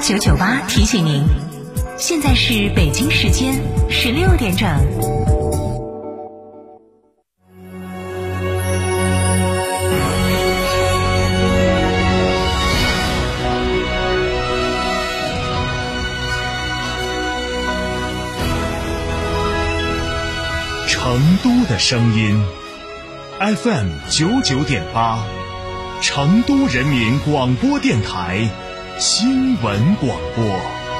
998提醒您，现在是北京时间16点整。 成都的声音 FM 99.8，成都人民广播电台新闻广播。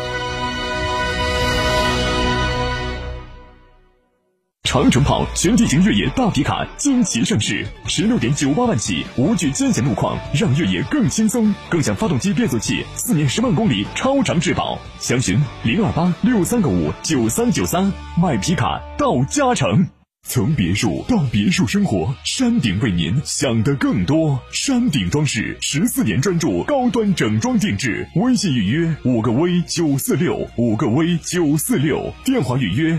长城跑全地形越野大皮卡惊奇上市，16.98万起，无惧艰险路况，让越野更轻松。更享发动机变速器4年10万公里超长质保。详询02863959393，卖皮卡到嘉诚。从别墅到别墅生活，山顶为您想得更多。山顶装饰14年专注高端整装定制，微信预约5个 V946，5个 V946，电话预约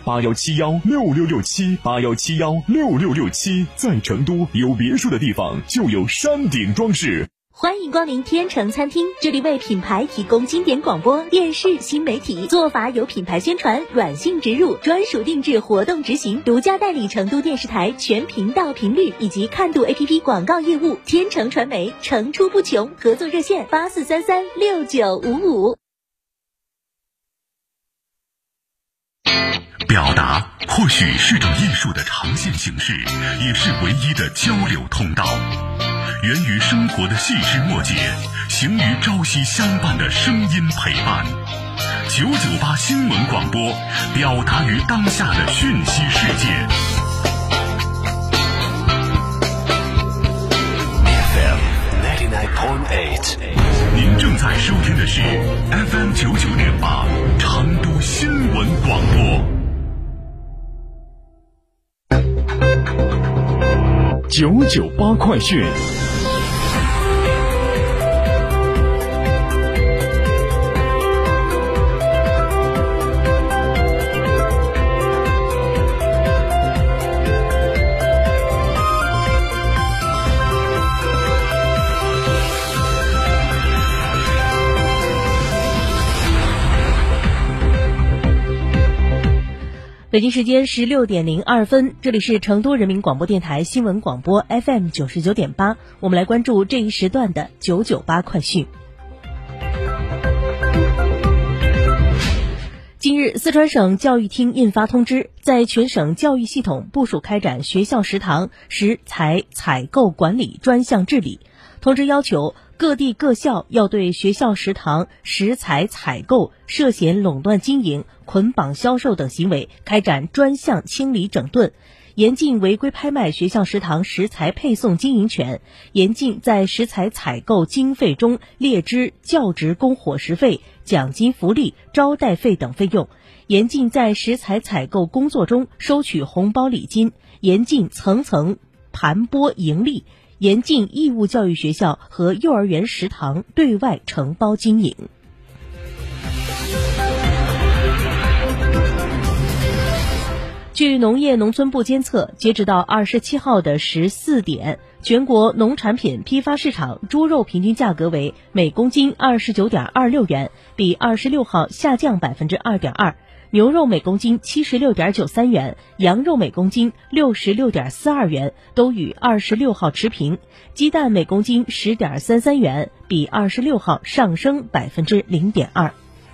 81716667，81716667。在成都有别墅的地方就有山顶装饰。 欢迎光临天成餐厅，这里为品牌提供经典广播电视新媒体做法，有品牌宣传、软性植入、专属定制活动执行，独家代理成都电视台全频道频率以及看度 APP 广告业务。天成传媒层出不穷，合作热线84336955。 表达或许是种艺术的呈现形式，也是唯一的交流通道。源于生活的细枝末节，行于朝夕相伴的声音陪伴。998新闻广播，表达于当下的讯息世界。FM 99.8，您正在收听的是 FM 99.8成都新闻广播。 998快讯。 北京时间16点02分，这里是成都人民广播电台新闻广播 FM 99.8，我们来关注这一时段的998快讯。近日，四川省教育厅印发通知，在全省教育系统部署开展学校食堂食材采购管理专项治理。通知要求，各地各校要对学校食堂食材采购涉嫌垄断经营、捆绑销售等行为开展专项清理整顿，严禁违规拍卖学校食堂食材配送经营权，严禁在食材采购经费中列支教职工伙食费、奖金福利、招待费等费用，严禁在食材采购工作中收取红包礼金，严禁层层盘剥盈利，严禁义务教育学校和幼儿园食堂对外承包经营。据农业农村部监测，截止到27号的14点，全国农产品批发市场猪肉平均价格为每公斤29.26元，比26号下降 2.2%， 牛肉每公斤76.93元，羊肉每公斤66.42元，都与26号持平。鸡蛋每公斤10.33元，比26号上升 0.2%。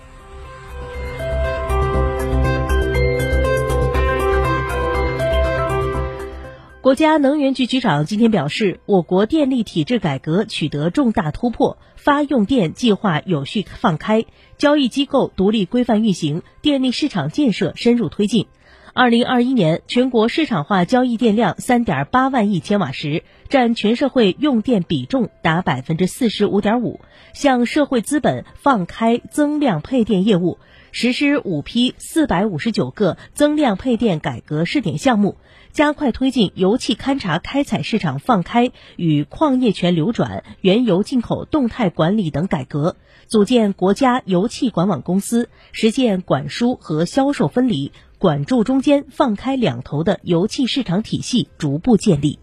国家能源局局长今天表示，我国电力体制改革取得重大突破，发用电计划有序放开，交易机构独立规范运行，电力市场建设深入推进。2021年全国市场化交易电量 3.8 万亿千瓦时，占全社会用电比重达 45.5%， 向社会资本放开增量配电业务，实施5批459个增量配电改革试点项目，加快推进油气勘查开采市场放开与矿业权流转、原油进口动态管理等改革，组建国家油气管网公司，实现管输和销售分离，管住中间放开两头的油气市场体系逐步建立。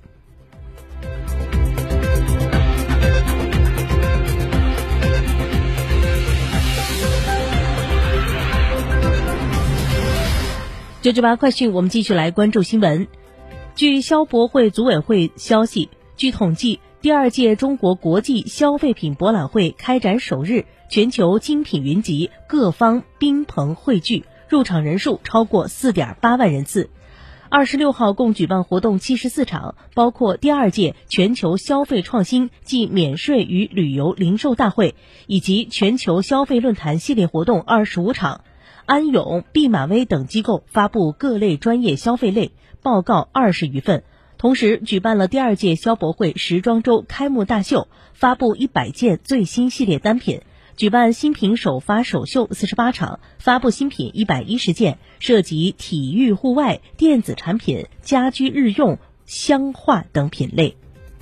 998快讯，我们继续来关注新闻。据消博会组委会消息，据统计，第2届中国国际消费品博览会开展首日，全球精品云集，各方宾朋汇聚，入场人数超过 4.8 万人次。26号共举办活动74场，包括第2届全球消费创新暨免税与旅游零售大会以及全球消费论坛系列活动25场。安永、毕马威等机构发布各类专业消费类报告20余份，同时举办了第2届消博会时装周开幕大秀，发布100件最新系列单品，举办新品首发首秀48场，发布新品110件，涉及体育户外、电子产品、家居日用、香化等品类。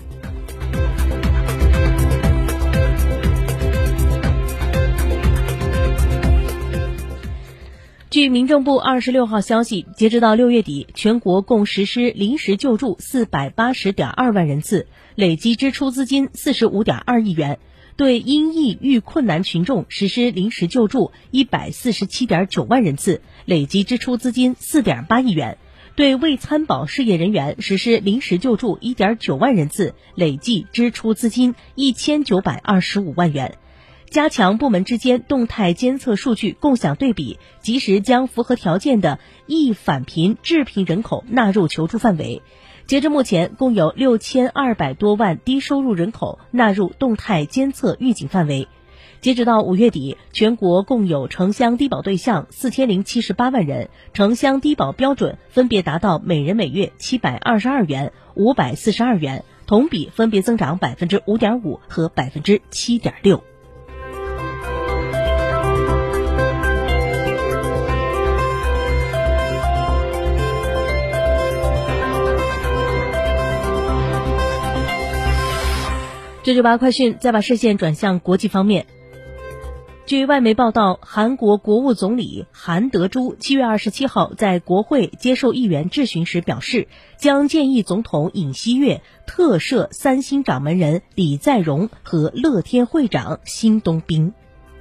据民政部26号消息，截止到6月底，全国共实施临时救助480.2万人次，累计支出资金45.2亿元。对因疫遇困难群众实施临时救助147.9万人次，累计支出资金4.8亿元。对未参保事业人员实施临时救助1.9万人次，累计支出资金1925万元。加强部门之间动态监测数据共享对比，及时将符合条件的易返贫致贫人口纳入求助范围。截至目前，共有6200多万低收入人口纳入动态监测预警范围。截止到5月底，全国共有城乡低保对象4078万人，城乡低保标准分别达到每人每月722元、542元，同比分别增长 5.5% 和 7.6%。998快讯，再把视线转向国际方面。据外媒报道，韩国国务总理韩德洙7月27号在国会接受议员质询时表示，将建议总统尹锡悦特赦3星掌门人李在镕和乐天会长辛东彬。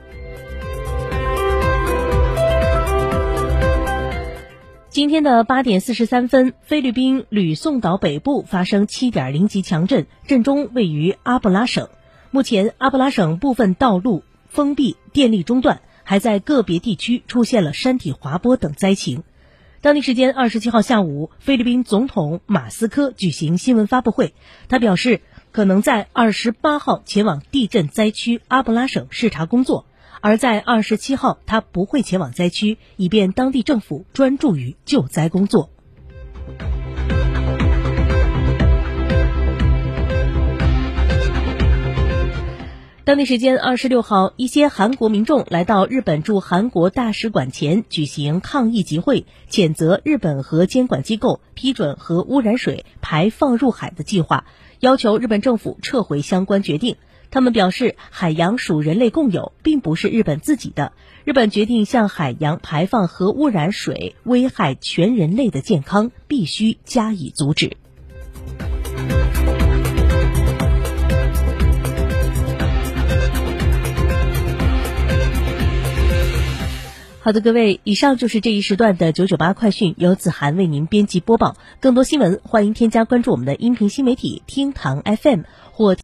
今天的8点43分，菲律宾吕宋岛北部发生7.0级强震，震中位于阿布拉省。目前阿布拉省部分道路封闭，电力中断，还在个别地区出现了山体滑坡等灾情。当地时间27号下午，菲律宾总统马斯科举行新闻发布会，他表示可能在28号前往地震灾区阿布拉省视察工作，而在27号他不会前往灾区，以便当地政府专注于救灾工作。当地时间26号，一些韩国民众来到日本驻韩国大使馆前举行抗议集会，谴责日本核监管机构批准核污染水排放入海的计划，要求日本政府撤回相关决定。他们表示，海洋属人类共有，并不是日本自己的。日本决定向海洋排放核污染水，危害全人类的健康，必须加以阻止。好的，各位，以上就是这一时段的998快讯，由子涵为您编辑播报。更多新闻，欢迎添加关注我们的音频新媒体厅堂 FM 或